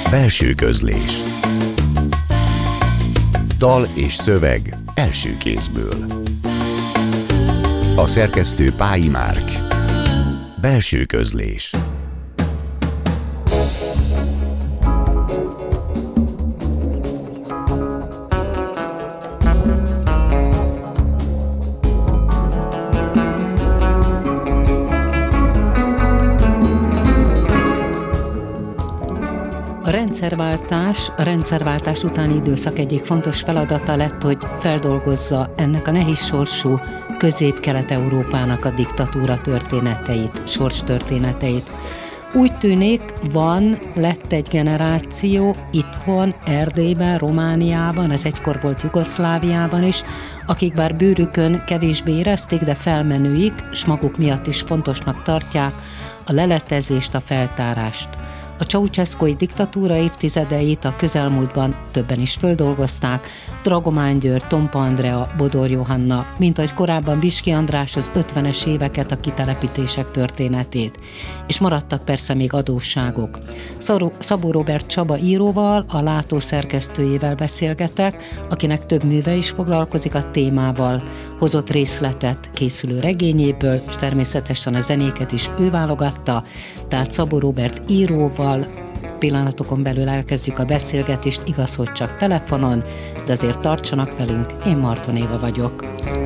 Belső közlés. Dal és szöveg első kézből. A szerkesztő Pályi Márk. Belső közlés. A rendszerváltás utáni időszak egyik fontos feladata lett, hogy feldolgozza ennek a nehéz sorsú Közép-Kelet-Európának a diktatúra történeteit, sorstörténeteit. Úgy tűnik, lett egy generáció itthon, Erdélyben, Romániában, ez egykor volt Jugoszláviában is, akik bár bőrükön kevésbé érezték, de felmenőik, s maguk miatt is fontosnak tartják a leletezést, a feltárást. A Ceausescu diktatúra évtizedeit a közelmúltban többen is földolgozták, Dragomán György, Tompa Andrea, Bodor Johanna, mint ahogy korábban Viski András az 50-es éveket, a kitelepítések történetét. És maradtak persze még adósságok. Szabó Róbert Csaba íróval, a Látó szerkesztőjével beszélgetek, akinek több műve is foglalkozik a témával, hozott részletet készülő regényéből, és természetesen a zenéket is ő válogatta, tehát Szabó Róbert íróval pillanatokon belül elkezdjük a beszélgetést, igaz, hogy csak telefonon, de azért tartsanak velünk, én Marton Éva vagyok.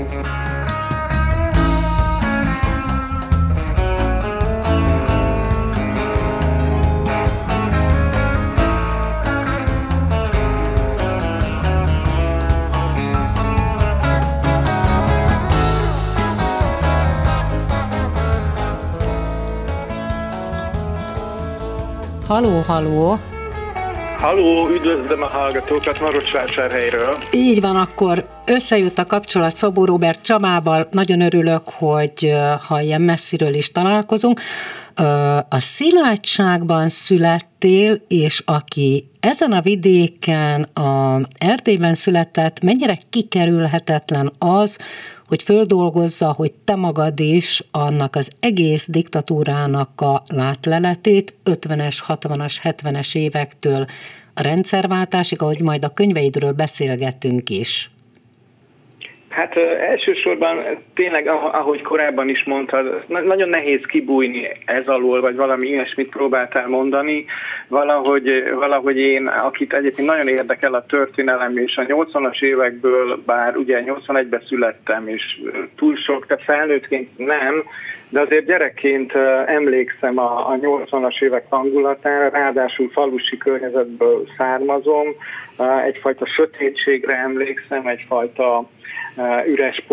Halló! Halló, üdvözlöm a hallgatókat Marosvásárhelyről. Így van, akkor összejött a kapcsolat Szabó Róbert Csabával. Nagyon örülök, hogy ha ilyen messziről is találkozunk. A Szilágyságban születtél, és aki ezen a vidéken, a Erdélyben született, mennyire kikerülhetetlen az, hogy földolgozza, hogy te magad is annak az egész diktatúrának a látleletét 50-es, 60-as, 70-es évektől a rendszerváltásig, ahogy majd a könyveidről beszélgettünk is. Hát elsősorban tényleg, ahogy korábban is mondtad, nagyon nehéz kibújni ez alól, vagy valami ilyesmit próbáltál mondani. Valahogy én, akit egyébként nagyon érdekel a történelem, és a 80-as évekből, bár ugye 81-ben születtem, és túl sok, tehát felnőttként nem, de azért gyerekként emlékszem a 80-as évek hangulatára, ráadásul falusi környezetből származom, egyfajta sötétségre emlékszem, egyfajta üres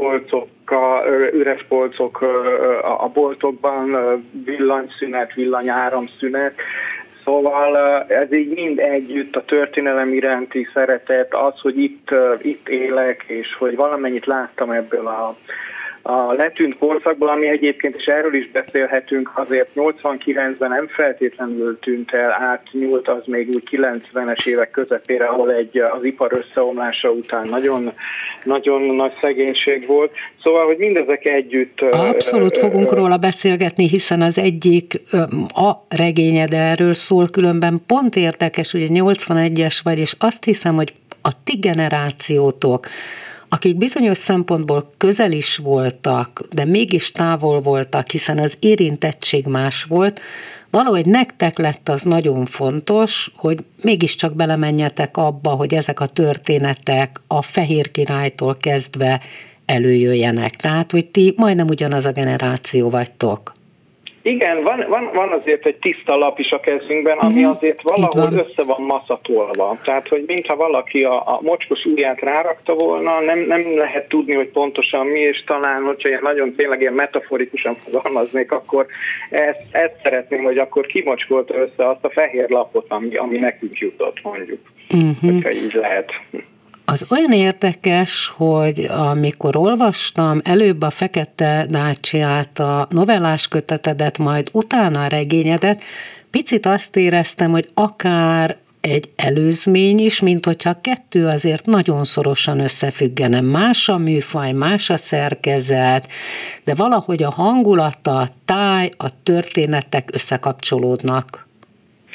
polcok a boltokban, villanyszünet, villanyáramszünet. Szóval ez így mind együtt, a történelem iránti szeretet, az, hogy itt élek, és hogy valamennyit láttam ebből a letűnt korszakból, ami egyébként, és erről is beszélhetünk, azért 89-ben nem feltétlenül tűnt el, átnyúlt az még úgy 90-es évek közepére, ahol az ipar összeomlása után nagyon, nagyon nagy szegénység volt. Szóval, hogy mindezek együtt... Abszolút fogunk róla beszélgetni, hiszen az egyik a regényed erről szól, különben pont érdekes, ugye 81-es vagy, és azt hiszem, hogy a ti generációtok, akik bizonyos szempontból közel is voltak, de mégis távol voltak, hiszen az érintettség más volt, valahogy nektek lett az nagyon fontos, hogy mégiscsak belemenjetek abba, hogy ezek a történetek a Fehér Királytól kezdve előjöjjenek. Tehát, hogy ti majdnem ugyanaz a generáció vagytok. Igen, van azért egy tiszta lap is a kezünkben, ami azért valahol össze van maszatolva. Tehát, hogy mintha valaki a mocskos ujját rárakta volna, nem lehet tudni, hogy pontosan mi, és talán, hogyha nagyon tényleg ilyen metaforikusan fogalmaznék, akkor ezt szeretném, hogy akkor kimocskolta össze azt a fehér lapot, ami nekünk jutott, mondjuk, hogyha így lehet. Az olyan érdekes, hogy amikor olvastam előbb a Fekete Dácsiát, a novellás kötetedet, majd utána a regényedet, picit azt éreztem, hogy akár egy előzmény is, mint hogyha a kettő azért nagyon szorosan összefüggene. Más a műfaj, más a szerkezet, de valahogy a hangulata, a táj, a történetek összekapcsolódnak.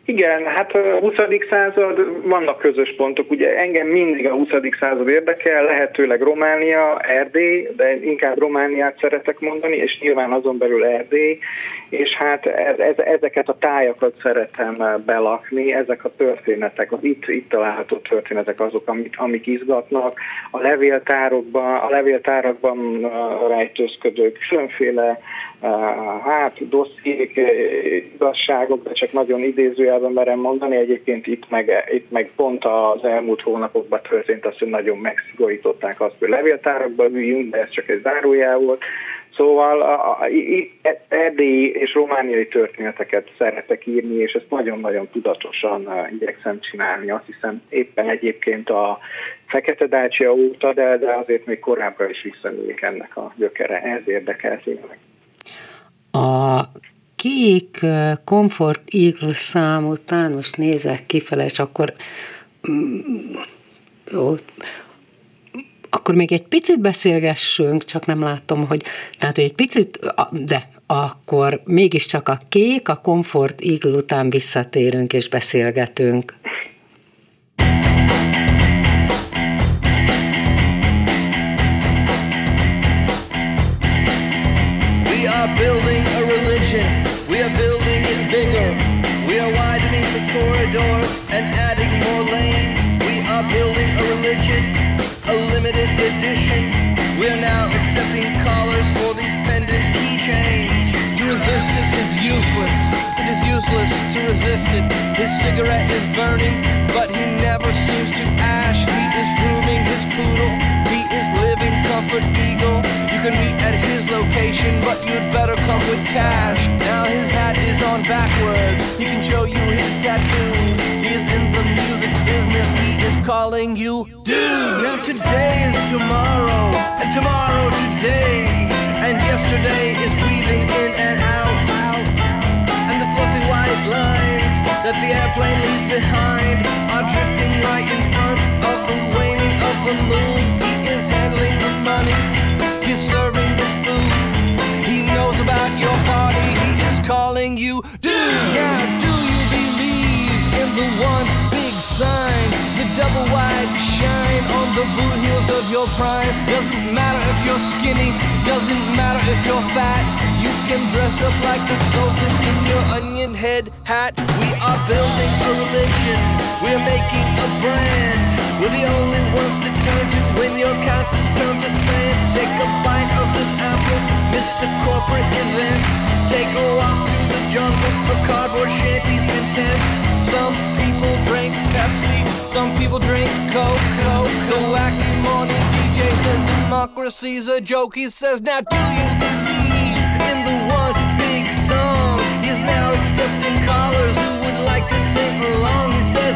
Igen, hát a 20. század, vannak közös pontok, ugye engem mindig a 20. század érdekel, lehetőleg Románia, Erdély, de inkább Romániát szeretek mondani, és nyilván azon belül Erdély, és hát ezeket a tájakat szeretem belakni, ezek a történetek, az itt található történetek azok, amik izgatnak, a levéltárakban rejtőzködők, különféle dossziék, igazságok, de csak nagyon idézőjelben merem mondani, egyébként itt meg pont az elmúlt hónapokban történt az, hogy nagyon megszigorították azt, hogy levéltárakban üljünk, de ez csak egy zárójel volt. Szóval erdélyi és romániai történeteket szeretek írni, és ezt nagyon-nagyon tudatosan igyekszem csinálni. Azt hiszem éppen egyébként a Fekete Dacia óta, de azért még korábban is visszanyúlik ennek a gyökere. Ez érdekelt meg. A kék Comfort Eagle szám után most nézek kifele, és akkor akkor még egy picit beszélgessünk, csak nem látom, hogy egy picit, de akkor mégiscsak a kék, a Comfort Eagle után visszatérünk és beszélgetünk. Building a religion, we are building it bigger. We are widening the corridors and adding more lanes. We are building a religion, a limited edition. We are now accepting callers for these pendant keychains. To resist it is useless. It is useless to resist it. His cigarette is burning, but he never seems to ash. He is grooming his poodle. He is living Comfort Eagle. You can meet at his location, but you'd better come with cash. Now his hat is on backwards. He can show you his tattoos. He is in the music business. He is calling you dude. Now today is tomorrow, and tomorrow today, and yesterday is weaving in and out. And the fluffy white lines that the airplane leaves behind are drifting right in front of the waning of the moon. He is handling the money. He's serving the food. He knows about your party. He is calling you dude. Yeah, do you believe in the one big sign, the double wide shine on the boot heels of your prime? Doesn't matter if you're skinny, doesn't matter if you're fat. You can dress up like a sultan in your onion head hat. We are building a religion. We're making a brand. We're the only ones to turn to when your councils turn to sand. Take a bite of this apple, Mr. Corporate Events. Take a walk through the jungle of cardboard shanties and tents. Some people drink Pepsi, some people drink Coke. The wacky morning DJ says democracy's a joke. He says, now do you believe in the one big song? He's now accepting callers who would like to sing along. He says,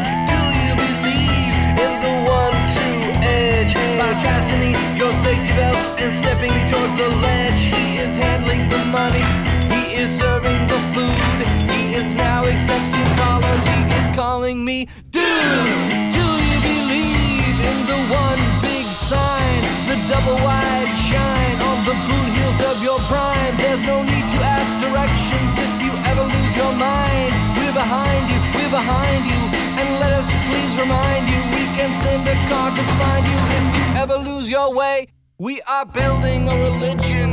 by fastening your safety belts and stepping towards the ledge. He is handling the money. He is serving the food. He is now accepting callers. He is calling me dude. Do you believe in the one big sign, the double wide shine on the boot heels of your prime? There's no need to ask directions if you ever lose your mind. We're behind you, we're behind you, and let us please remind you, we can send a car to find you if you ever lose your way. We are building a religion.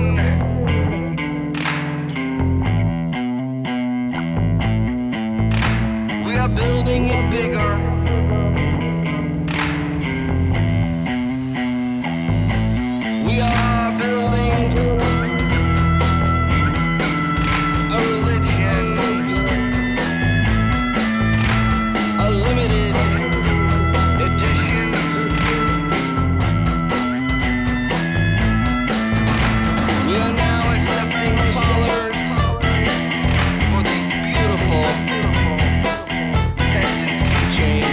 We are building it bigger. We are building a religion, a limited edition. We are now accepting callers for these beautiful pendant keychains.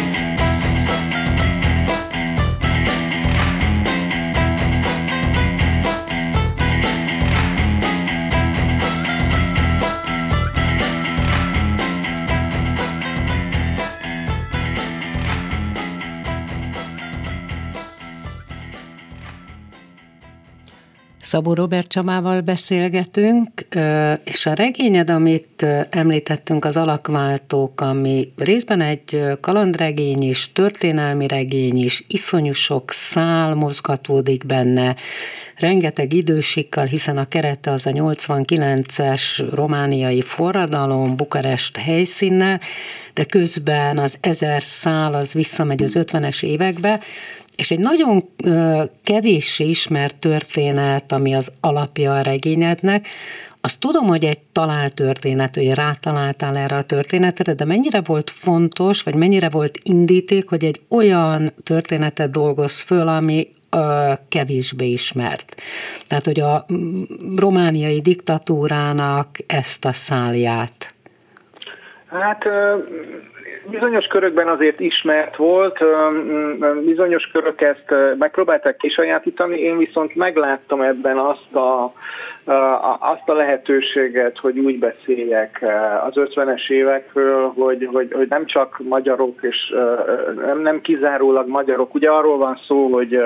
Szabó Róbert Csabával beszélgetünk, és a regényed, amit említettünk, az Alakváltók, ami részben egy kalandregény is, történelmi regény is, iszonyú sok szál mozgatódik benne, rengeteg idősikkal, hiszen a kerete az a 89-es romániai forradalom, Bukarest helyszínnel, de közben az 1000 szál az visszamegy az 50-es évekbe, és egy nagyon kevéssé ismert történet, ami az alapja a regényednek, azt tudom, hogy egy talált történet, hogy rátaláltál erre a történetre, de mennyire volt fontos, vagy mennyire volt indíték, hogy egy olyan történetet dolgozz föl, ami kevésbé ismert. Tehát, hogy a romániai diktatúrának ezt a szálját. Hát bizonyos körökben azért ismert volt, bizonyos körök ezt megpróbálták kisajátítani, én viszont megláttam ebben azt a lehetőséget, hogy úgy beszéljek az 50-es évekről, hogy nem csak magyarok, és nem kizárólag magyarok. Ugye arról van szó, hogy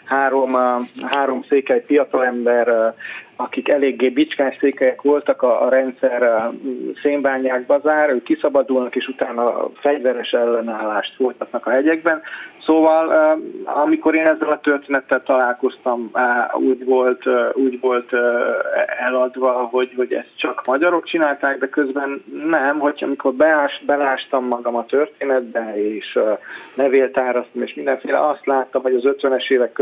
három székely fiatalember, akik eléggé bicskás székelyek voltak a rendszer szénbányákba zár, ők kiszabadulnak, és utána fegyveres ellenállást folytatnak a hegyekben. Szóval, amikor én ezzel a történettel találkoztam, úgy volt eladva, hogy ezt csak magyarok csinálták, de közben nem, hogy amikor belástam magam a történetbe, és levéltároztam, és mindenféle, azt láttam, hogy az 50-es évek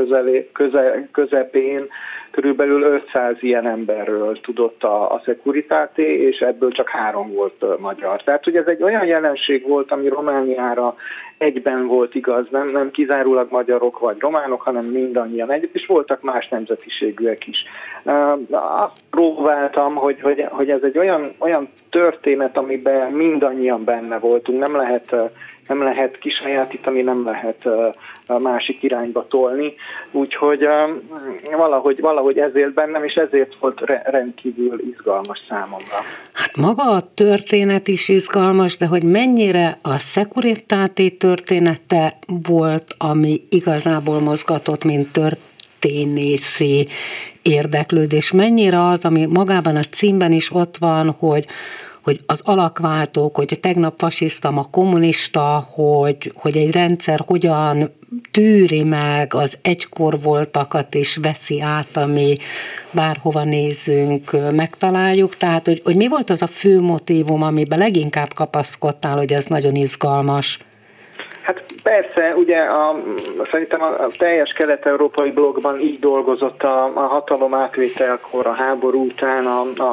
közepén körülbelül 500 ilyen emberről tudott a Securitate, és ebből csak 3 volt magyar. Tehát, hogy ez egy olyan jelenség volt, ami Romániára egyben volt igaz, nem kizárólag magyarok vagy románok, hanem mindannyian együtt, és voltak más nemzetiségűek is. Azt próbáltam, hogy ez egy olyan történet, amiben mindannyian benne voltunk, nem lehet kisajátítani, nem lehet a másik irányba tolni, úgyhogy valahogy ezért bennem, és ezért volt rendkívül izgalmas számomra. Hát maga a történet is izgalmas, de hogy mennyire a Securitate története volt, ami igazából mozgatott, mint történészi érdeklődés, mennyire az, ami magában a címben is ott van, hogy az alakváltók, hogy tegnap fasiszta, ma kommunista, hogy egy rendszer hogyan tűri meg az egykor voltakat és veszi át, ami bárhova nézzünk, megtaláljuk. Tehát, hogy mi volt az a fő motívum, amiben leginkább kapaszkodtál, hogy ez nagyon izgalmas? Hát persze, ugye szerintem a teljes kelet-európai blogban így dolgozott a hatalom átvételkor, a háború után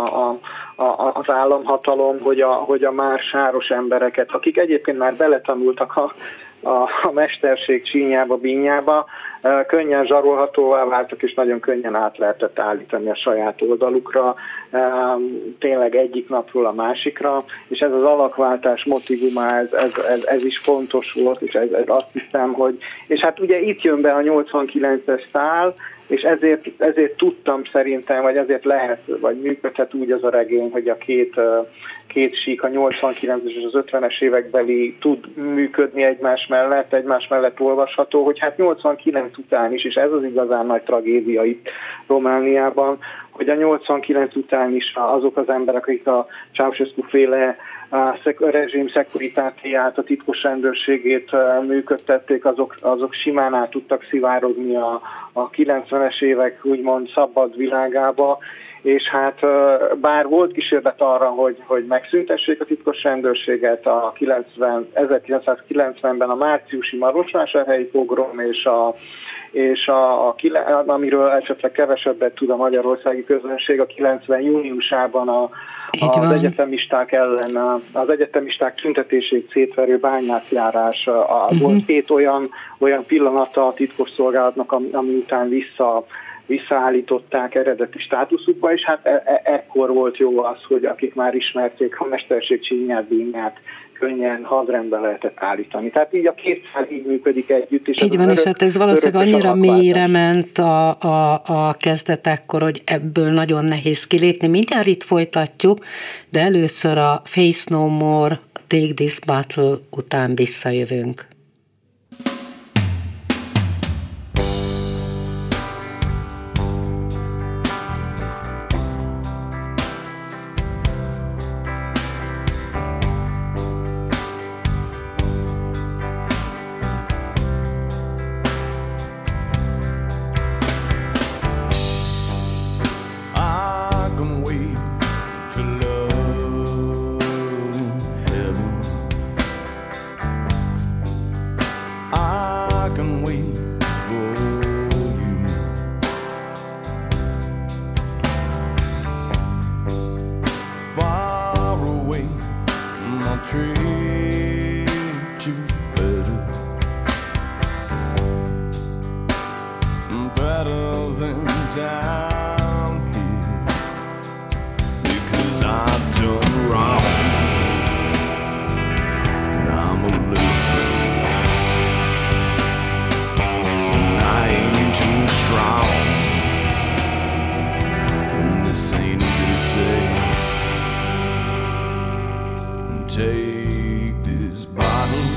az államhatalom, hogy a már sáros embereket, akik egyébként már beletanultak a mesterség csínyába, bínyába, könnyen zsarolhatóvá váltak, és nagyon könnyen át lehetett állítani a saját oldalukra, tényleg egyik napról a másikra, és ez az alakváltás motivuma, ez is fontos volt, és ez azt hiszem, hogy... És hát ugye itt jön be a 89-es szál, és ezért tudtam szerintem, vagy ezért lehet, vagy működhet úgy az a regény, hogy a két sík, a 89-es és az 50-es évekbeli tud működni egymás mellett olvasható, hogy hát 89 után is, és ez az igazán nagy tragédia itt Romániában, hogy a 89 után is azok az emberek, akik a Ceausescu-féle rezsim Securitátéját, a titkos rendőrségét működtették, azok simán át tudtak szivárogni a 90-es évek úgymond szabad világába, és hát bár volt kísérlet arra, hogy megszüntessék a titkos rendőrséget, 1990-ben a márciusi Marosvásárhelyi pogrom és amiről esetleg kevesebbet tud a magyarországi közönség, a 90 júniusában az egyetemisták ellen, az egyetemisták tüntetését szétverő bányászjárás. Volt 2 olyan pillanata a titkosszolgálatnak, ami után visszaállították eredeti státuszukba, és hát ekkor volt jó az, hogy akik már ismerték a mesterség csínyát, bínyát, könnyen hadrendbe lehetett állítani. Tehát így a két szál így működik együtt. És így van, és hát ez valószínűleg annyira mélyre ment a kezdetekkor, hogy ebből nagyon nehéz kilépni. Mindjárt itt folytatjuk, de először a Face No More, Take This Battle után visszajövünk. treat you better than down here, because I've done wrong and I'm a little afraid, and I ain't too strong, and this ain't gonna say. Take this bottle,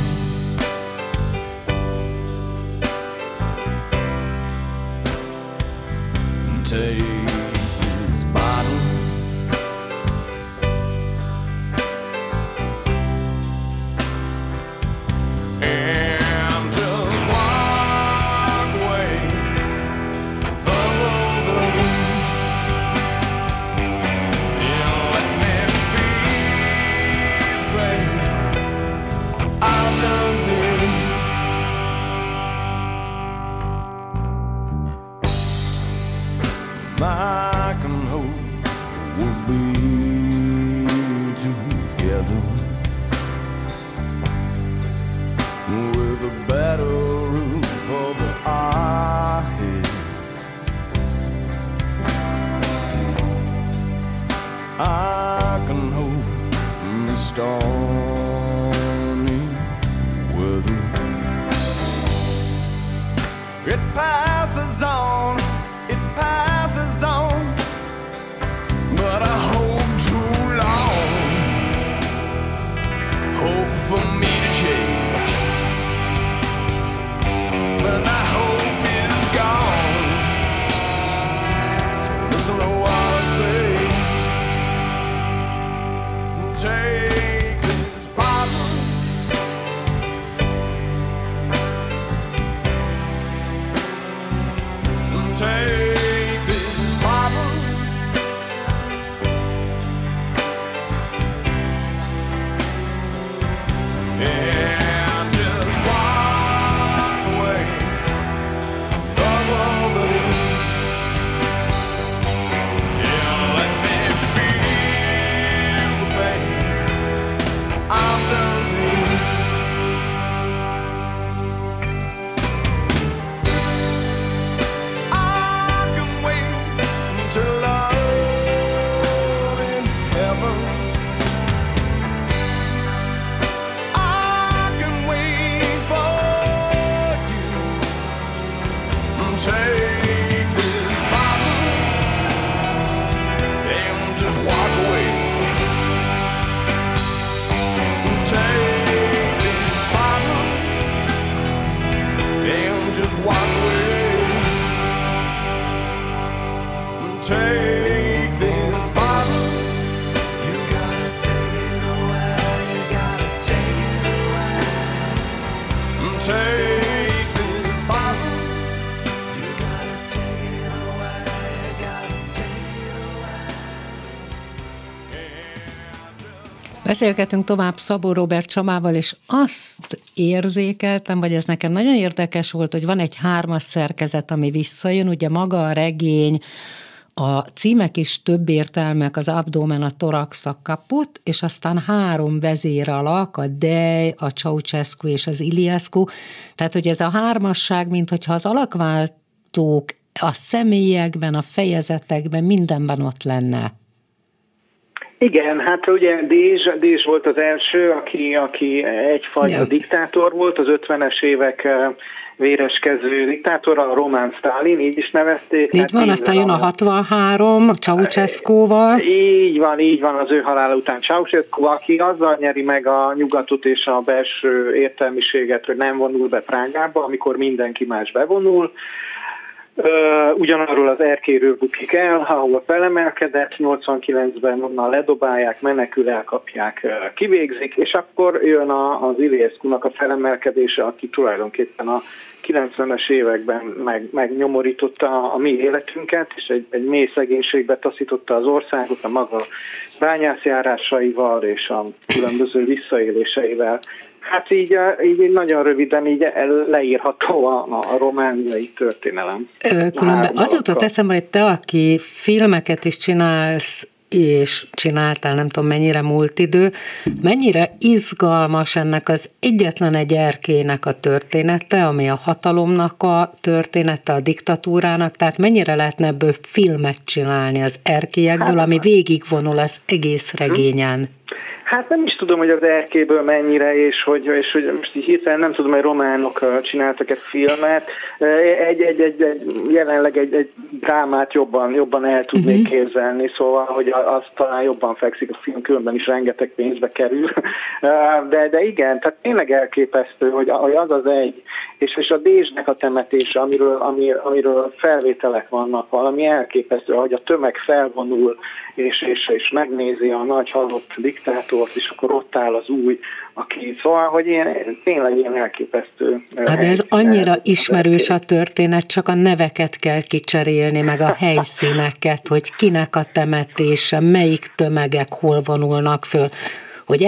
take this bottle, and just walk away. Follow the wind and let me feel the pain I've done to you. I can hope we'll be together with a better roof over our heads. I can hope the stormy weather it passes on. It passes on, but I hope too long. Hope for me to change, but that hope is gone. So listen to what I say. Take this bottle, take this bottle, and just walk away from all the news. Yeah, let me feel the pain I've done to you. To love in heaven, I can wait for you. Take this bottle and just walk away. Take this bottle and just walk away. Take this bottle. You gotta take it away. You gotta take it away. Take this bottle. You gotta take it away. You gotta take it away. Beszélgetünk tovább Szabó Róbert Csabával, és azt érzékeltem, vagy ez nekem nagyon érdekes volt, hogy van egy 3-as szerkezet, ami visszajön, ugye maga a regény, a címek is több értelmek, az abdomen, a torax, a kaput, és aztán 3 vezéralak, a Dej, a Ceausescu és az Iliescu. Tehát, hogy ez a 3-asság, mint hogyha az alakváltók a személyekben, a fejezetekben, mindenben ott lenne. Igen, hát ugye Dézs volt az első, aki egyfajta diktátor volt, az 50-es évek véreskező diktátora, a Román Sztálin, így is nevezték. Így van, aztán jön a 63 Ceausescuval. Így van, az ő halál után Ceausescu, aki azzal nyeri meg a nyugatot és a belső értelmiséget, hogy nem vonul be Prágába, amikor mindenki más bevonul. Ugyanarról az erkéről bukik el, ahol felemelkedett, 89-ben onnan ledobálják, menekül, elkapják, kivégzik, és akkor jön az Iliescu-nak a felemelkedése, aki tulajdonképpen a 90-es években megnyomorította a mi életünket, és egy mély szegénységbe taszította az országot a maga bányászjárásaival és a különböző visszaéléseivel. Hát így nagyon röviden így leírható a romániai történelem. Különben az jutott eszembe, hogy te, aki filmeket is csinálsz és csináltál, nem tudom mennyire múlt idő, mennyire izgalmas ennek az egyetlen egy erkélynek a története, ami a hatalomnak a története, a diktatúrának, tehát mennyire lehetne ebből filmet csinálni az erkélyekből, ami végigvonul az egész regényen? Hát nem is tudom, hogy az erkélyből mennyire, és hogy most így hirtelen nem tudom, hogy románok csináltak egy filmet. Jelenleg egy drámát jobban el tudnék képzelni, szóval, hogy az talán jobban fekszik a film, különben is rengeteg pénzbe kerül. De igen, tehát tényleg elképesztő, hogy az egy, és a Dézsnek a temetése, amiről felvételek vannak, valami elképesztő, hogy a tömeg felvonul, és megnézi a nagy halott diktátort, és akkor ott áll az új, aki... Szóval, hogy tényleg ilyen elképesztő. Hát ez annyira ismerős a történet, csak a neveket kell kicserélni, meg a helyszíneket, hogy kinek a temetése, melyik tömegek hol vonulnak föl, hogy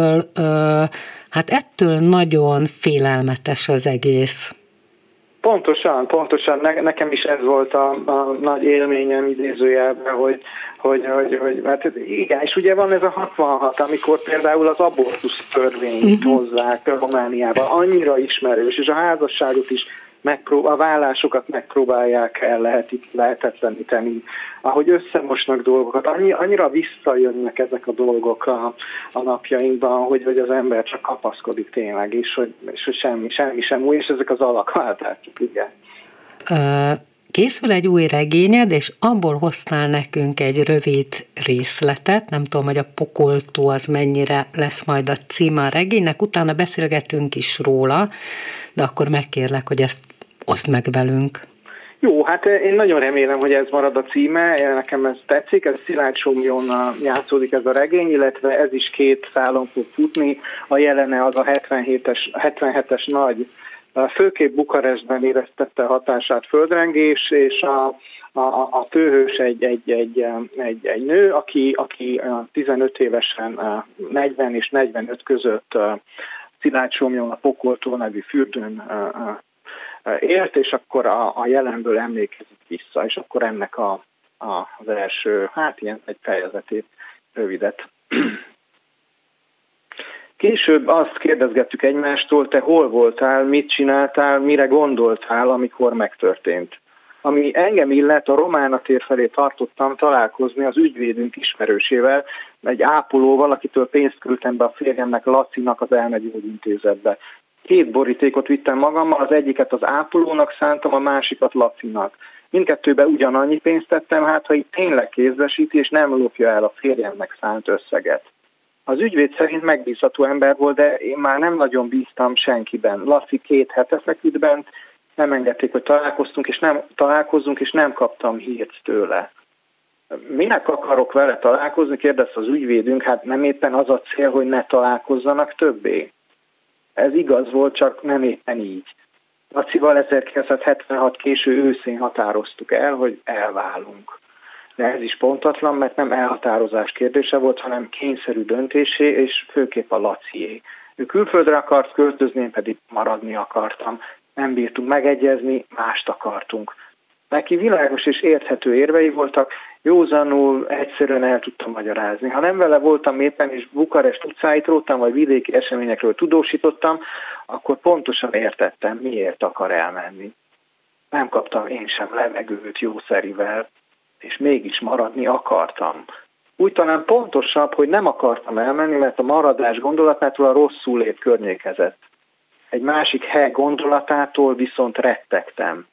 ettől nagyon félelmetes az egész. Pontosan. Nekem is ez volt a nagy élményem idézőjelben, hogy hát igen, és ugye van ez a 66, amikor például az abortusz törvényt hozzák Romániában, annyira ismerős, és a házasságot is a vállásokat megpróbálják lehetetleníteni, ahogy összemosnak dolgokat, annyira visszajönnek ezek a dolgok a napjainkban, hogy az ember csak kapaszkodik tényleg, és hogy semmi sem új, és ezek az alakváltások, igen. Készül egy új regényed, és abból hoztál nekünk egy rövid részletet, nem tudom, hogy a Pokoltó az mennyire lesz majd a címe a regénynek, utána beszélgetünk is róla, de akkor megkérlek, hogy ezt oszd meg velünk. Jó, hát én nagyon remélem, hogy ez marad a címe, nekem ez tetszik, ez Szilágy Somlyonnal játszódik ez a regény, illetve ez is 2 szálon fog futni, a jelene az a 77-es nagy, főképp Bukarestben éreztette hatását földrengés, és a főhős egy nő, aki 15 évesen 40 és 45 között Szilágy Somlyon a Pokoltó nevű fürdőn élt, és akkor a jelenből emlékezik vissza, és akkor ennek az első, ilyen egy fejezetét, rövidet. Később azt kérdezgettük egymástól, te hol voltál, mit csináltál, mire gondoltál, amikor megtörtént. Ami engem illet, a Romána tér felé tartottam találkozni az ügyvédünk ismerősével, egy ápolóval, akitől pénzt küldtem be a férjemnek, Lacinak az elmegyógyintézetbe. 2 borítékot vittem magammal, az egyiket az ápolónak szántam, a másikat Lacinak. Mindkettőbe ugyanannyi pénzt tettem, hát ha itt tényleg kézbesíti, és nem lopja el a férjemnek szánt összeget. Az ügyvéd szerint megbízható ember volt, de én már nem nagyon bíztam senkiben. Laci 2 hete feküdt bent, nem engedték, hogy találkozzunk, és nem kaptam hírt tőle. Minek akarok vele találkozni, kérdezte az ügyvédünk, hát nem éppen az a cél, hogy ne találkozzanak többé. Ez igaz volt, csak nem éppen így. Lacival 1976 késő őszén határoztuk el, hogy elválunk. De ez is pontatlan, mert nem elhatározás kérdése volt, hanem kényszerű döntésé, és főképp a Lacié. Ő külföldre akart költözni, én pedig maradni akartam. Nem bírtunk megegyezni, mást akartunk. Neki világos és érthető érvei voltak, józanul, egyszerűen el tudtam magyarázni. Ha nem vele voltam éppen, és Bukarest utcáit róttam, vagy vidéki eseményekről tudósítottam, akkor pontosan értettem, miért akar elmenni. Nem kaptam én sem levegőt jószerivel, és mégis maradni akartam. Úgy talán pontosabb, hogy nem akartam elmenni, mert a maradás gondolatától a rosszul lét környékezett. Egy másik hely gondolatától viszont rettegtem.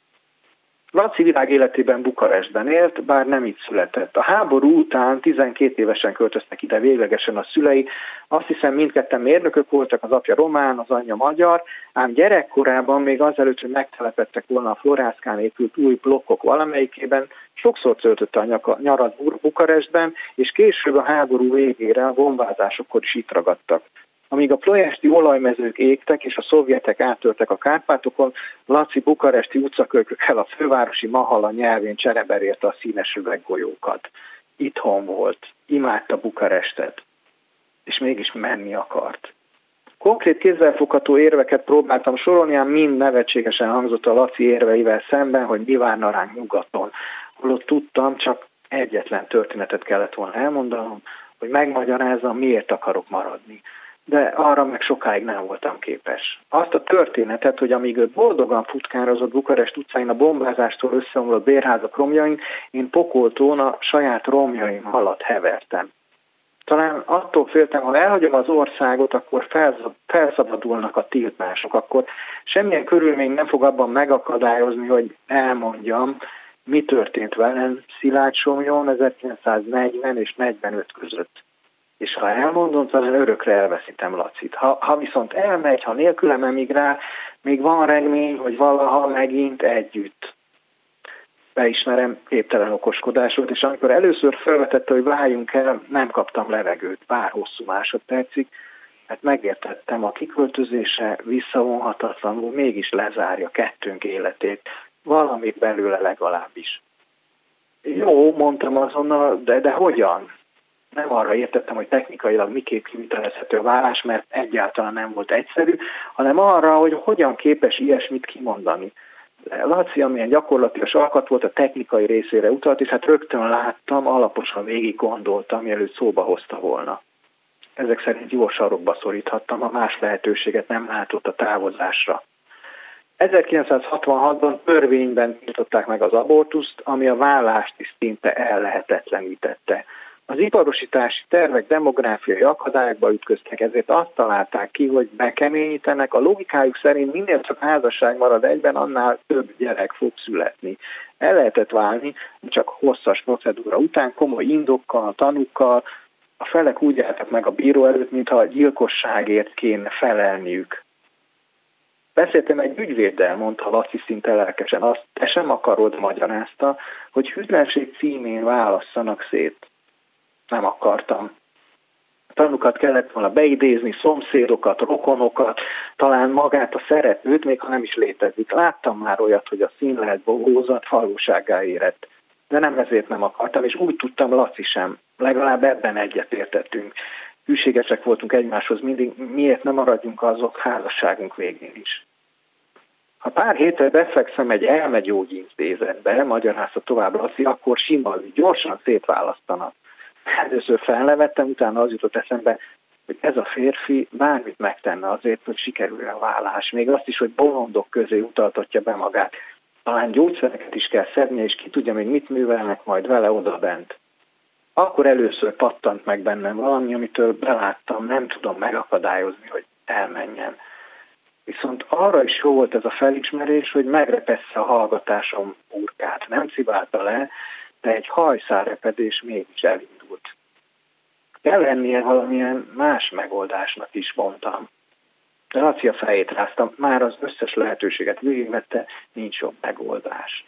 Laci világ életében Bukarestben élt, bár nem itt született. A háború után 12 évesen költöztek ide véglegesen a szülei. Azt hiszem, mindketten mérnökök voltak, az apja román, az anyja magyar, ám gyerekkorában még azelőtt, hogy megtelepedtek volna a Florászkán épült új blokkok valamelyikében, sokszor töltötte a nyarat Bukarestben, és később a háború végére a bombázásokkor is itt ragadtak. Amíg a ploiesti olajmezők égtek és a szovjetek áttörtek a Kárpátokon, Laci bukaresti utcakörkökkel a fővárosi Mahala nyelvén csereberérte a színes üveggolyókat. Itthon volt, imádta Bukarestet, és mégis menni akart. Konkrét kézzelfogható érveket próbáltam sorolni, ám mind nevetségesen hangzott a Laci érveivel szemben, hogy mi várna ránk nyugaton. Holott tudtam, csak egyetlen történetet kellett volna elmondanom, hogy megmagyarázzam, miért akarok maradni. De arra meg sokáig nem voltam képes. Azt a történetet, hogy amíg ő boldogan futkározott Bukarest utcáin a bombázástól összeomlott bérházak romjain, én pokoltón a saját romjaim alatt hevertem. Talán attól féltem, ha elhagyom az országot, akkor felszabadulnak a tiltások, akkor semmilyen körülmény nem fog abban megakadályozni, hogy elmondjam, mi történt velem Szilágysomlyón 1940 és 45 között. És ha elmondom, talán örökre elveszítem Lacit. Ha viszont elmegy, ha nélkülem emigrál, még van remény, hogy valaha megint együtt. Beismerem, képtelen okoskodás volt, és amikor először felvetette, hogy váljunk el, nem kaptam levegőt, bár hosszú másodpercig, mert megértettem, a kiköltözése visszavonhatatlanul mégis lezárja kettőnk életét, valamit belőle legalábbis. Jó, mondtam azonnal, de hogyan? Nem arra értettem, hogy technikailag miképp kivitelezhető a vállás, mert egyáltalán nem volt egyszerű, hanem arra, hogy hogyan képes ilyesmit kimondani. Laci, amilyen gyakorlatilag alkat volt, a technikai részére utalt, és hát rögtön láttam, alaposan végig gondoltam, mielőtt szóba hozta volna. Ezek szerint jó sarokba szoríthattam, ha más lehetőséget nem látott a távozásra. 1966-ban törvényben tiltották meg az abortuszt, ami a vállást is szinte ellehetetlenítette. Az iparosítási tervek demográfiai akadályokba ütköztek, ezért azt találták ki, hogy bekeményítenek, a logikájuk szerint minél csak házasság marad egyben, annál több gyerek fog születni. El lehetett válni, csak hosszas procedúra után, komoly indokkal, tanúkkal, a felek úgy álltak meg a bíró előtt, mintha a gyilkosságért kéne felelniük. Beszéltem egy ügyvéddel, mondta Laci szinte lelkesen, azt te sem akarod, magyarázta, hogy hűtlenség címén válasszanak szét. Nem akartam. Tanúkat kellett volna beidézni, szomszédokat, rokonokat, talán magát a szeretőt, még ha nem is létezik. Láttam már olyat, hogy a színlelt bogózat valósággá érett. De nem ezért nem akartam, és úgy tudtam, Laci sem. Legalább ebben egyetértettünk. Hűségesek voltunk egymáshoz mindig, miért nem maradjunk azok házasságunk végén is. Ha pár hétre befekszem egy elmegyógyintézetbe, magyarázta tovább Laci, akkor sima, gyorsan szétválasztanak. Először felnevettem, utána az jutott eszembe, hogy ez a férfi bármit megtenne azért, hogy sikerülje a vállás. Még azt is, hogy bolondok közé utaltatja be magát. Talán gyógyszereket is kell szednie, és ki tudja még mit művelnek majd vele odabent. Akkor először pattant meg bennem valami, amitől beláttam, nem tudom megakadályozni, hogy elmenjen. Viszont arra is jó volt ez a felismerés, hogy megrepessze a hallgatásom burkát. Nem sziválta le, de egy hajszálrepedés mégis elindult. Kell lennie valamilyen más megoldásnak is, mondtam. De Laci a fejét ráztam, már az összes lehetőséget végigvette, nincs jobb megoldás.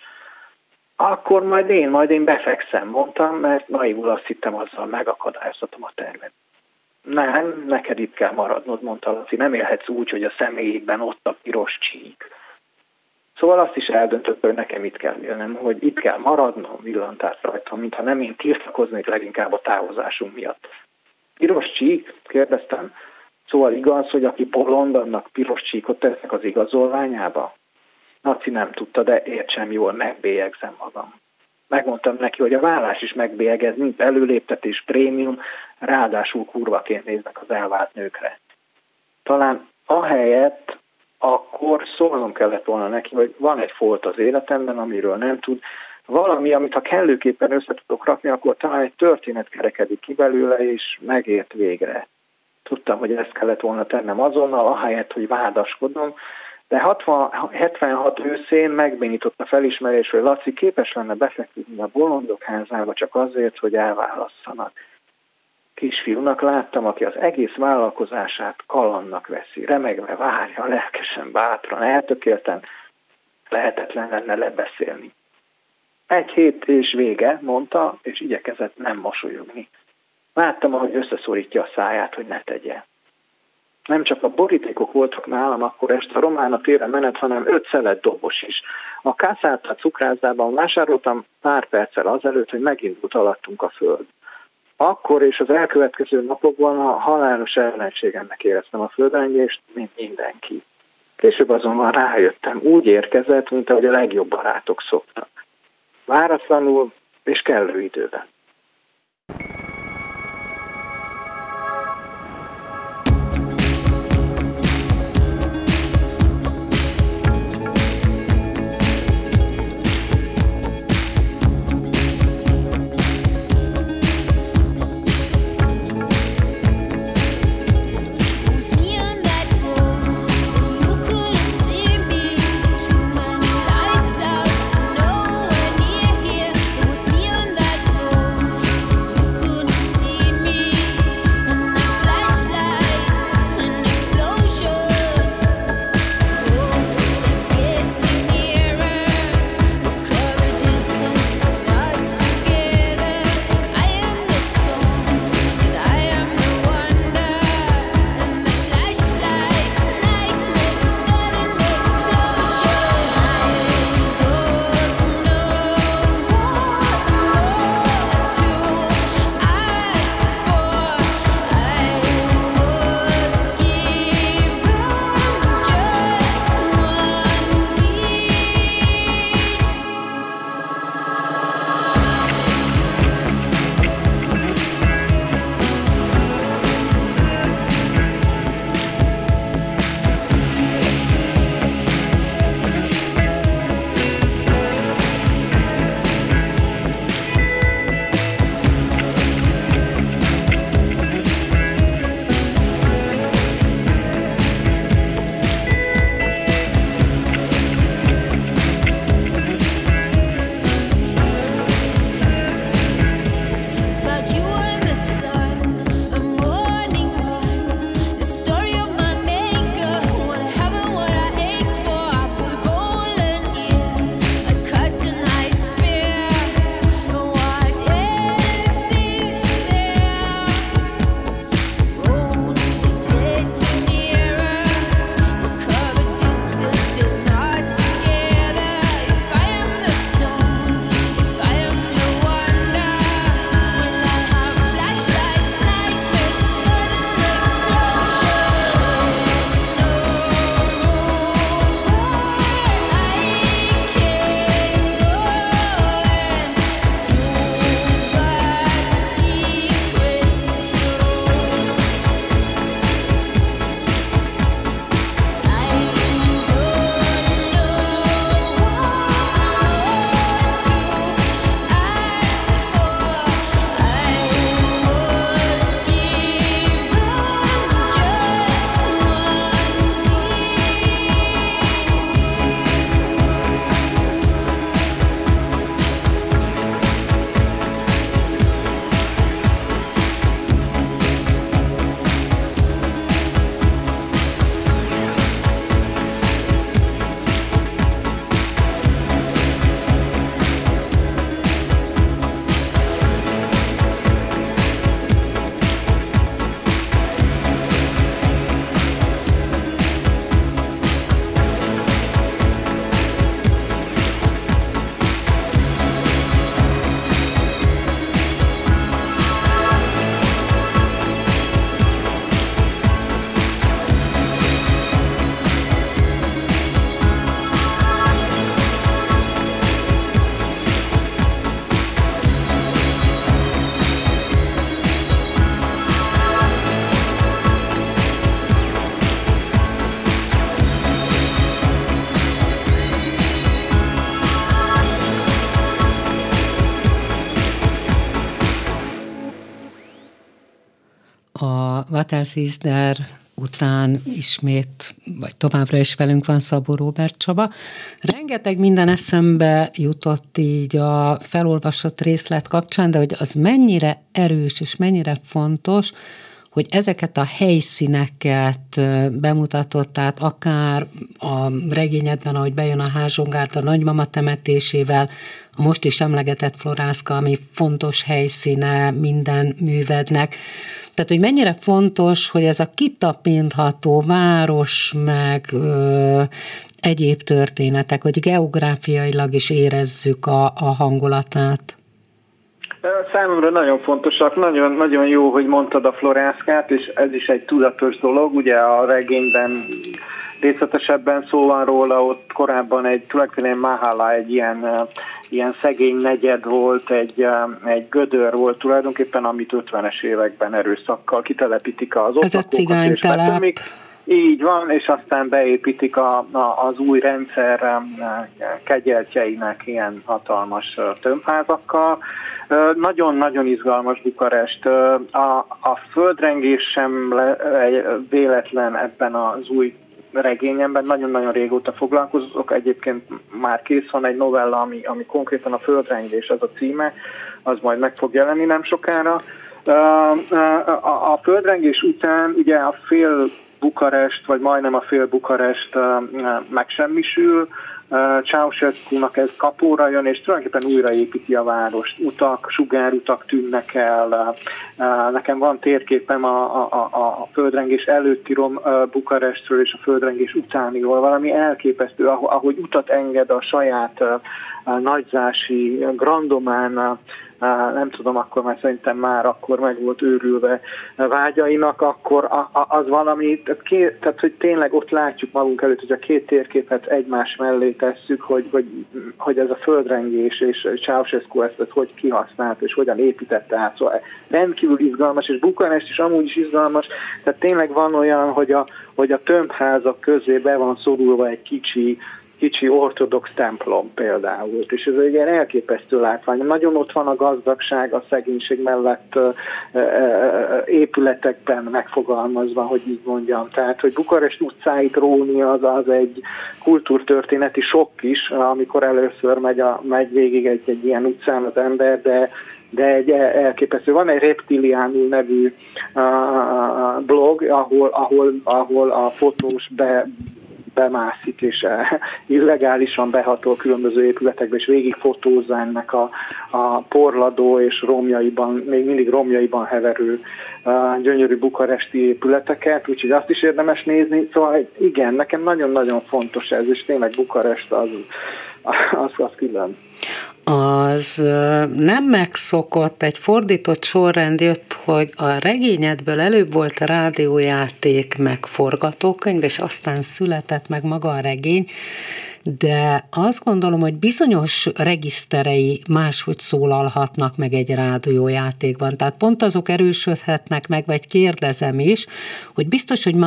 Akkor majd én befekszem, mondtam, mert naivul azt hittem, azzal megakadályoztatom a tervet. Nem, neked itt kell maradnod, mondta Laci, nem élhetsz úgy, hogy a személyében ott a piros csík. Szóval azt is eldöntött, hogy nekem itt kell élnem, hogy itt kell maradnom, villant át rajtam, mintha nem én tiltakoznék leginkább a távozásunk miatt. Piros csík? Kérdeztem. Szóval igaz, hogy aki bolond, annak piros csíkot tesznek az igazolványába? Laci nem tudta, de értsem jól, megbélyegzem magam. Megmondtam neki, hogy a vállás is megbélyegez, mint előléptetés, prémium, ráadásul kurvaként néznek az elvált nőkre. Talán ahelyett akkor szólnom kellett volna neki, hogy van egy folt az életemben, amiről nem tud, valami, amit ha kellőképpen össze tudok rakni, akkor talán egy történet kerekedik ki belőle, és megért végre. Tudtam, hogy ezt kellett volna tennem azonnal, ahelyett, hogy vádaskodom, de 76 őszén megbénított a felismerés, hogy Laci képes lenne befeküdni a bolondok házába csak azért, hogy elválasszanak. Kisfiúnak láttam, aki az egész vállalkozását kalandnak veszi, remegve várja, lelkesen, bátran, eltökélten, lehetetlen lenne lebeszélni. 1 hét és vége, mondta, és igyekezett nem mosolyogni. Láttam, ahogy összeszorítja a száját, hogy ne tegye. Nem csak a borítékok voltak nálam akkor este a Romána térre menet, hanem 5 szelet dobos is. A Kászárta cukrászdában vásároltam pár perccel azelőtt, hogy megindult alattunk a föld. Akkor és az elkövetkező napokban a halálos ellenségemnek éreztem a földrengést, mint mindenki. Később azonban rájöttem, úgy érkezett, mint ahogy a legjobb barátok szoktak. Váratlanul, és kellő időben. A Vaterszízdár után ismét, vagy továbbra is velünk van Szabó Róbert Csaba. Rengeteg minden eszembe jutott így a felolvasott részlet kapcsán, de hogy az mennyire erős és mennyire fontos, hogy ezeket a helyszíneket bemutatott, tehát akár a regényedben, ahogy bejön a Házsongárd a nagymama temetésével, a most is emlegetett Florászka, ami fontos helyszíne minden művednek. Tehát, hogy mennyire fontos, hogy ez a kitapintható város, meg egyéb történetek, hogy geográfiailag is érezzük a hangulatát. Számomra nagyon fontosak, nagyon, nagyon jó, hogy mondtad a Florászkát, és ez is egy tudatos dolog, ugye a regényben részletesebben szó van róla, ott korábban tulajdonképpen Mahala egy ilyen szegény negyed volt, egy gödör volt tulajdonképpen, amit 50-es években erőszakkal kitelepítik az ez a cigánytelep. Így van, és aztán beépítik az új rendszer kegyeltjeinek ilyen hatalmas tömbházakkal. Nagyon-nagyon izgalmas Bukarest. A földrengés sem véletlen ebben az új regényemben, nagyon-nagyon régóta foglalkozok, egyébként már kész van egy novella, ami konkrétan a földrengés, az a címe, az majd meg fog jelenni nem sokára. A földrengés után ugye a fél Bukarest, vagy majdnem a fél Bukarest megsemmisül, Ceausescu-nak ez kapóra jön, és tulajdonképpen újraépíti a várost. Utak, sugárutak tűnnek el. Nekem van térképem a földrengés előtti Bukarestről és a földrengés utániról. Valami elképesztő, ahogy utat enged a saját nagyzási, grandomán, nem tudom, akkor már szerintem akkor meg volt őrülve vágyainak, akkor az valami, tehát hogy tényleg ott látjuk magunk előtt, hogy a két térképet egymás mellé tesszük, hogy ez a földrengés és Ceausescu ezt hogy kihasznált és hogyan építette át. Szóval rendkívül izgalmas, és Bukarest is amúgy is izgalmas, tehát tényleg van olyan, hogy a tömbházak közé be van szorulva egy kicsi ortodox templom például, és ez egy ilyen elképesztő látvány. Nagyon ott van a gazdagság, a szegénység mellett épületekben megfogalmazva, hogy így mondjam. Tehát, hogy Bukarest utcáit róni az egy kultúrtörténeti sokk is, amikor először megy végig egy ilyen utcán az ember, de egy elképesztő. Van egy Reptiliánul nevű blog, ahol a fotós bemászik, és illegálisan behatol különböző épületekbe, és végig fotózza ennek a porladó és még mindig romjaiban heverő gyönyörű bukaresti épületeket, úgyhogy azt is érdemes nézni. Szóval igen, nekem nagyon-nagyon fontos ez, és tényleg Bukarest az külön. Az nem megszokott, egy fordított sorrend jött, hogy a regényedből előbb volt a rádiójáték meg forgatókönyv, és aztán született meg maga a regény, de azt gondolom, hogy bizonyos regiszterei máshogy szólalhatnak meg egy rádiójátékban. Tehát pont azok erősödhetnek meg, vagy kérdezem is, hogy biztos, hogy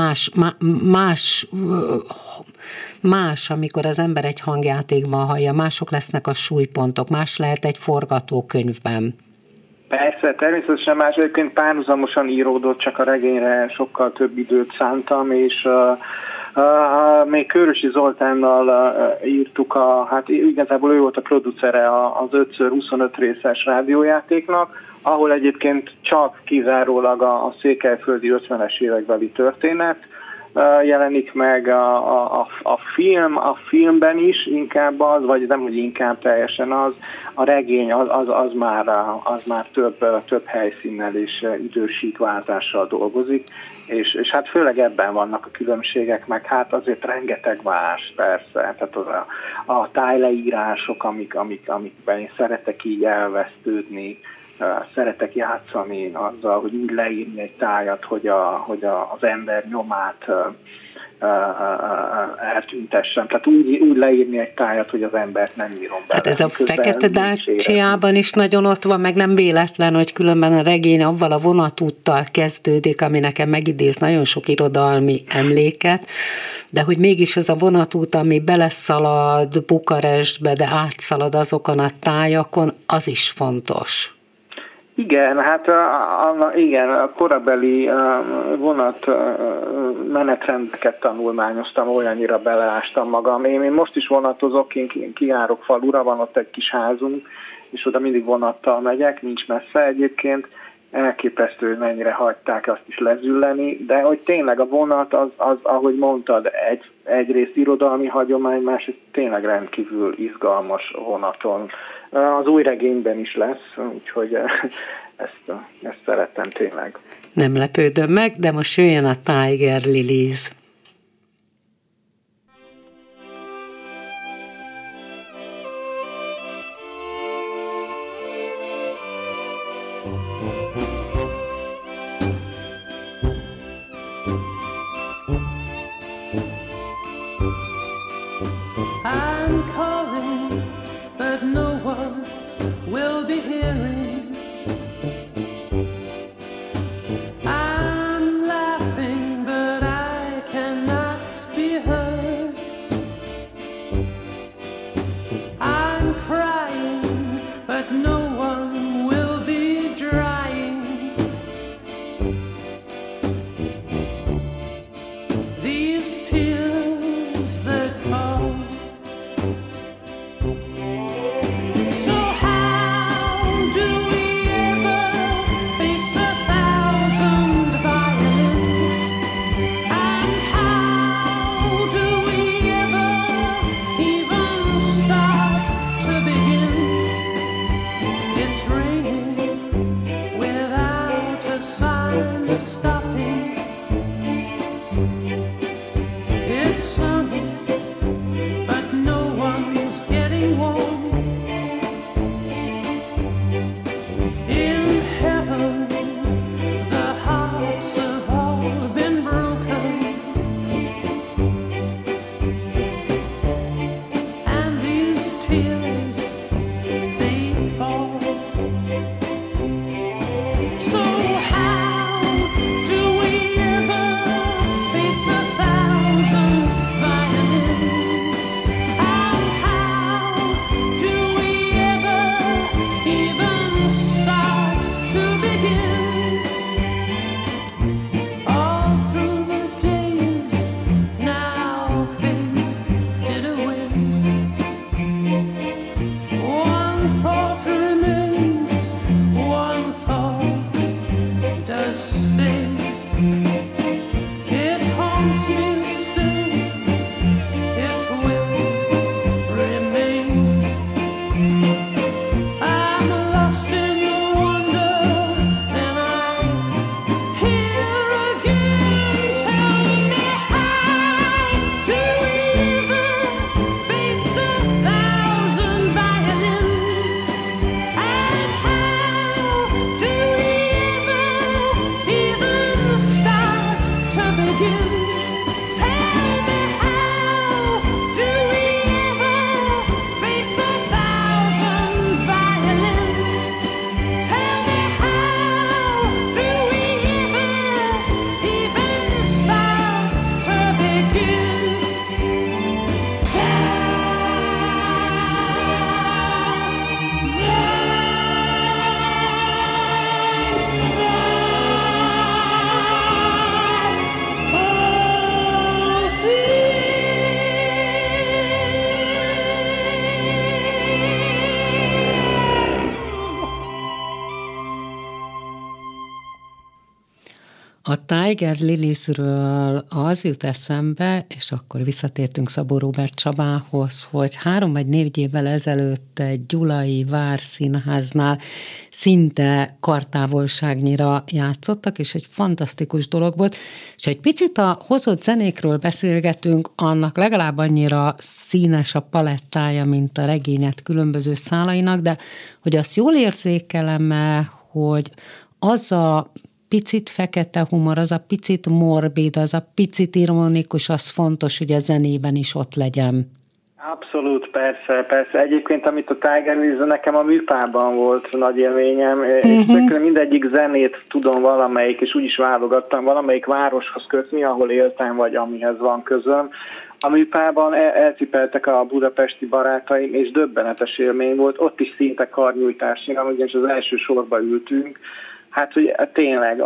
más, amikor az ember egy hangjátékban hallja, mások lesznek a súlypontok, más lehet egy forgatókönyvben. Persze, természetesen más, egyébként párhuzamosan íródott, csak a regényre sokkal több időt szántam, és még Kőrösi Zoltánnal írtuk, hát igazából ő volt a producere az 5x25 részes rádiójátéknak, ahol egyébként csak kizárólag a székelyföldi 50-es évekbeli történet jelenik meg, a filmben is inkább az, vagy nem, hogy inkább teljesen az, a regény az már több helyszínnel és idősíkváltással dolgozik, és hát főleg ebben vannak a különbségek, meg hát azért rengeteg más, persze, tehát a tájleírások, amikben én szeretek így elvesztődni, szeretek játszani azzal, hogy úgy leírni egy tájat, hogy az ember nyomát eltüntessem. Tehát úgy leírni egy tájat, hogy az embert nem írom bele. Hát ez a Fekete Dácsiában is nagyon ott van, meg nem véletlen, hogy különben a regény avval a vonatúttal kezdődik, ami nekem megidéz nagyon sok irodalmi emléket, de hogy mégis az a vonatút, ami beleszalad Bukarestbe, de átszalad azokon a tájakon, az is fontos. Igen, hát a korabeli vonat menetrendeket tanulmányoztam, olyannyira beleástam magam. Én most is vonatozok, én kijárok falura, van ott egy kis házunk, és oda mindig vonattal megyek, nincs messze egyébként. Elképesztő, hogy mennyire hagyták azt is lezülleni, de hogy tényleg a vonat az ahogy mondtad, egyrészt irodalmi hagyomány, másrészt tényleg rendkívül izgalmas vonaton. Az új regényben is lesz, úgyhogy ezt szerettem tényleg. Nem lepődöm meg, de most jöjjön a Tiger Lilies. these tears that fall. So how do we ever face 1,000 violins? And how do we ever even start to begin? It's raining without a sign of stopping. It's sunny, but no one's getting warm. In heaven, the hearts have all been broken, and these tears, they fall. So how do we ever face 1,000 violins? And how do we ever even start to begin? All through the days now faded away, one thought remains, one thought does stay. It haunts me still, it will remain. I'm lost in the wonder, then I hear again. Tell me, how do we ever face 1,000 violins? And how do we ever even start to begin? Tell me, how do we ever face 1,000 violins? Tell me, how do we ever even start to begin? A Tiger Liliesről az jut eszembe, és akkor visszatértünk Szabó Róbert Csabához, hogy 3 vagy 4 évvel ezelőtt egy gyulai Várszínháznál szinte kartávolságnyira játszottak, és egy fantasztikus dolog volt, és egy picit a hozott zenékről beszélgetünk, annak legalább annyira színes a palettája, mint a regényet különböző szálainak, de hogy azt jól érzékelem-e, hogy az a picit fekete humor, az a picit morbid, az a picit ironikus, az fontos, hogy a zenében is ott legyen. Abszolút, persze. Egyébként, amit a Tiger Lilies, nekem a műpában volt nagy élményem, és mindegyik zenét tudom valamelyik, és úgy is válogattam, valamelyik városhoz kötni, ahol éltem, vagy amihez van közöm. A műpában elcipeltek a budapesti barátaim, és döbbenetes élmény volt, ott is szinte karnyújtásnyira, ugyanis az első sorba ültünk. Hát, hogy tényleg,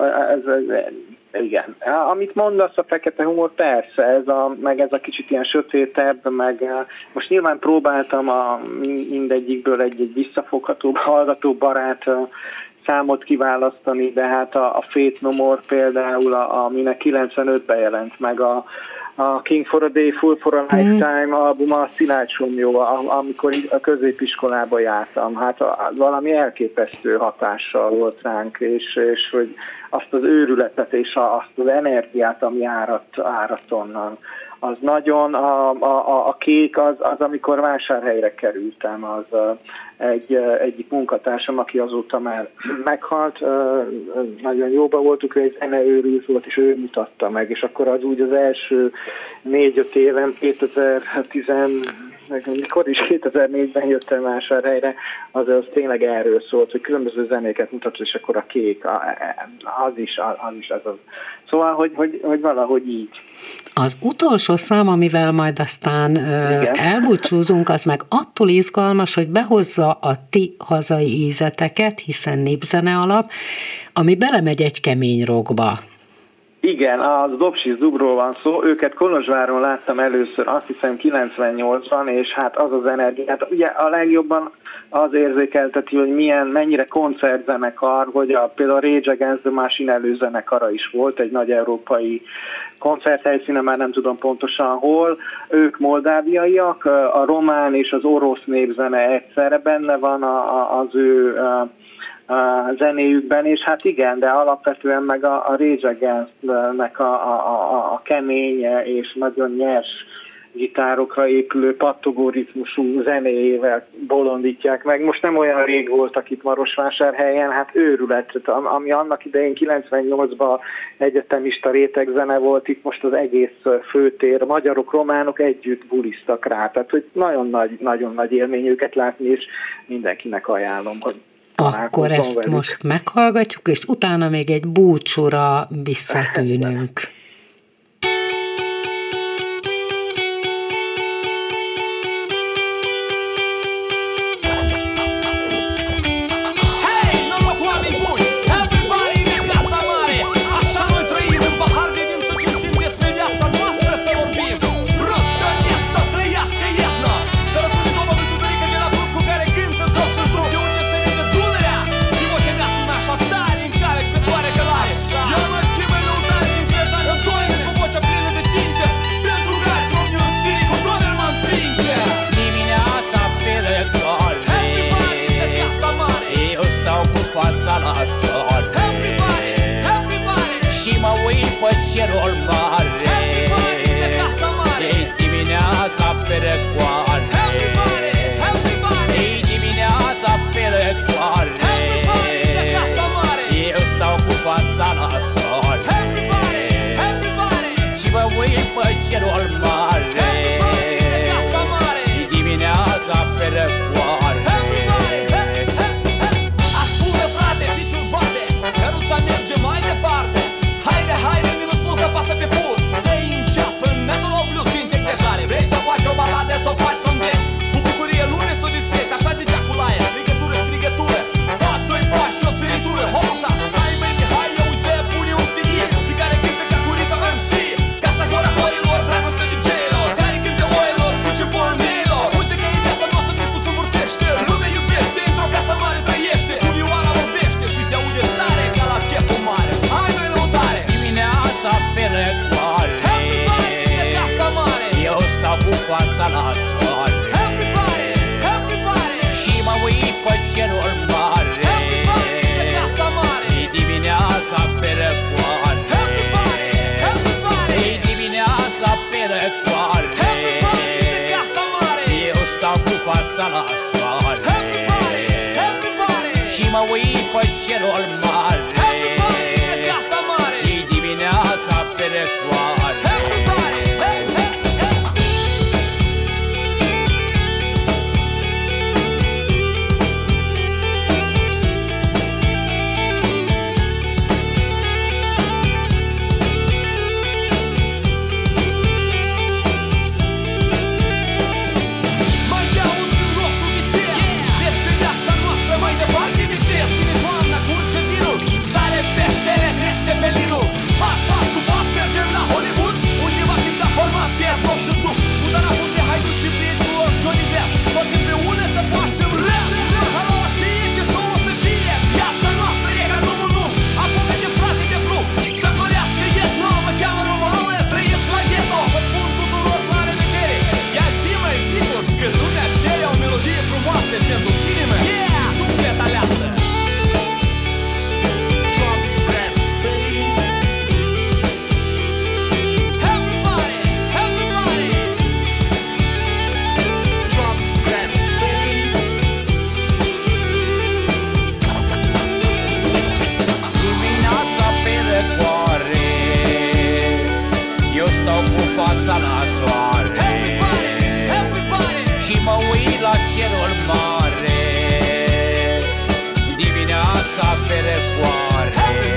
igen. Amit mondasz, a fekete humor, persze, meg ez a kicsit ilyen sötétebb, meg most nyilván próbáltam mindegyikből egy visszafoghatóbb, hallgatóbb barát számot kiválasztani, de hát a Faith No More például, aminek 95-ben jelent meg a King for a Day, Fool for a Lifetime albuma, a Szilágy Somjó, amikor a középiskolába jártam. Hát valami elképesztő hatással volt ránk, és hogy azt az őrületet és azt az energiát, ami áradt onnan. Az nagyon, a Kék az, amikor Vásárhelyre kerültem, az egyik munkatársam, aki azóta már meghalt, nagyon jóba voltunk, egy zeneőrült volt, és ő mutatta meg, és akkor az úgy az első 4-5 évem, 2004-ben jöttem Vásárhelyre, az tényleg erről szólt, hogy különböző zenéket mutatott, és akkor a Kék, az is az. Szóval, hogy valahogy így. Az utolsó szám, amivel majd aztán elbúcsúzunk, az meg attól izgalmas, hogy behozza a ti hazai ízeteket, hiszen népzene alap, ami belemegy egy kemény rockba. Igen, a Dobsis Dubról van szó, őket Kolozsváron láttam először, azt hiszem 98-ban, és hát az az energia, hát ugye a legjobban az érzékelteti, hogy mennyire koncertzenekar, hogy például a Rage Against the Machine előzenekara is volt, egy nagy európai koncerthelyszínen, már nem tudom pontosan hol, ők moldáviaiak, a román és az orosz népzene egyszerre benne van az ő zenéjükben, és hát igen, de alapvetően meg a Rage Against-nek a kemény és nagyon nyers gitárokra épülő pattogó ritmusú zenéjével bolondítják meg. Most nem olyan rég voltak itt Marosvásárhelyen, hát őrület, ami annak idején 98-ban egyetemista rétegzene volt, itt most az egész főtér, magyarok, románok együtt bulisztak rá, tehát hogy nagyon nagy élmény őket látni, és mindenkinek ajánlom, hogy akkor ezt velük. Most meghallgatjuk, és utána még egy búcsúra visszatűnünk. cerul mare, e dimineața pe răcoare, e dimineața pe răcoare, eu stau cu fața la soare și mă uit pe cerul mare, e dimineața pe răcoare. Ascultă frate, piciul bate, căruța merge mai departe. Haide, minus pus să pasă pe pus. Să-i înceapă netul la blues cu intec de jale. Vrei să faci o baladă, să o faci să înveți. Cu bucurie lume să o distrezi, așa zicea cu laia. Strigătură, fac doi pași și o săritură. Hop așa, hai baby, hai, auzi de pune un CD pe care cântă ca curica MC. Ca asta hora horilor, dragoste DJ-lor, care cântă oilor, cu ce pornilor. Muzica e viața noastră, visul se învârtește. Lumea iubește, într-o casă mare trăiește. Cuvioara vorbește și se aude tare ca la cheful mare. Hai noi lăutare! Dimineața pe răcoare, eu stau cu fața la soare și mă uit pe cerul mare, e dimineața pe răcoare, e dimineața pe răcoare, eu stau cu fața la soare și mă uit pe cerul mare, e dimineața pe răcoare. Mai dea un din roșu visez, despre viața noastră mai departe visez. Vine toamna, curge vinul, sare peștele, crește pelinul. Pas, pas cu pas mergem la Hollywood, unde va cânta formația Snob și Snoop. Cu daraful de haiduci și prietenilor Johnny Depp, toți împreună să facem rap. Halo, știi ce show o să fie? Viața noastră e ca drumul nu, apucă de frate de plug. Să florească etno, mă cheamă română, trăiesc la ghetto. Vă spun tuturor la revedere, ia zi-mă, Vituș, că lumea cere o melodie frumoasă pentru inimă și suflet aleasă. Drop that bass. Everybody, everybody. Drop that bass. Dimineața pe răcoare, eu stau cu fața la soare și mă uit la cerul mare, dimineața pe răcoare,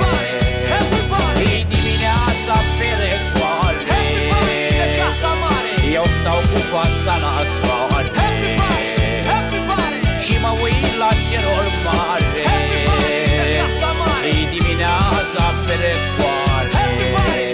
e dimineața pe răcoare, eu stau cu fața la soare și mă uit la cerul mare, e dimineața pe răcoare.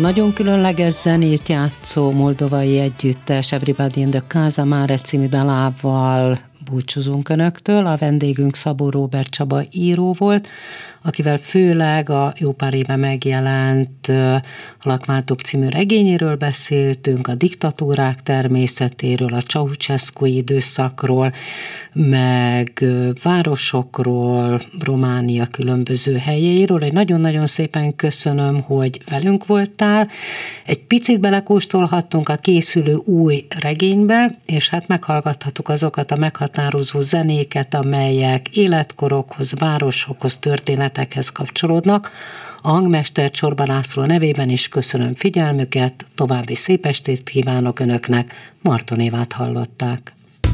nagyon különleges zenét játszó moldovai együttes Everybody in the Casa Mare című dalával búcsúzunk Önöktől. A vendégünk Szabó Róbert Csaba író volt, akivel főleg a jó pár éve megjelent Lakmáltók című regényéről beszéltünk, a diktatúrák természetéről, a Ceausescu időszakról, meg városokról, Románia különböző helyeiről. Egy nagyon-nagyon szépen köszönöm, hogy velünk voltál. Egy picit belekóstolhattunk a készülő új regénybe, és hát meghallgathattuk azokat a meghatározó zenéket, amelyek életkorokhoz, városokhoz, történetekhez kapcsolódnak. A hangmester Csorba László nevében is köszönöm figyelmüket, további szép estét kívánok Önöknek, Marton Évát hallották.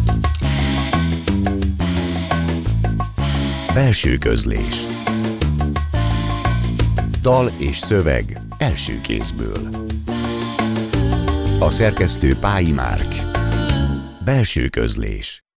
Belső közlés. Dal és szöveg első kézből. A szerkesztő Pályi Márk. Belső közlés.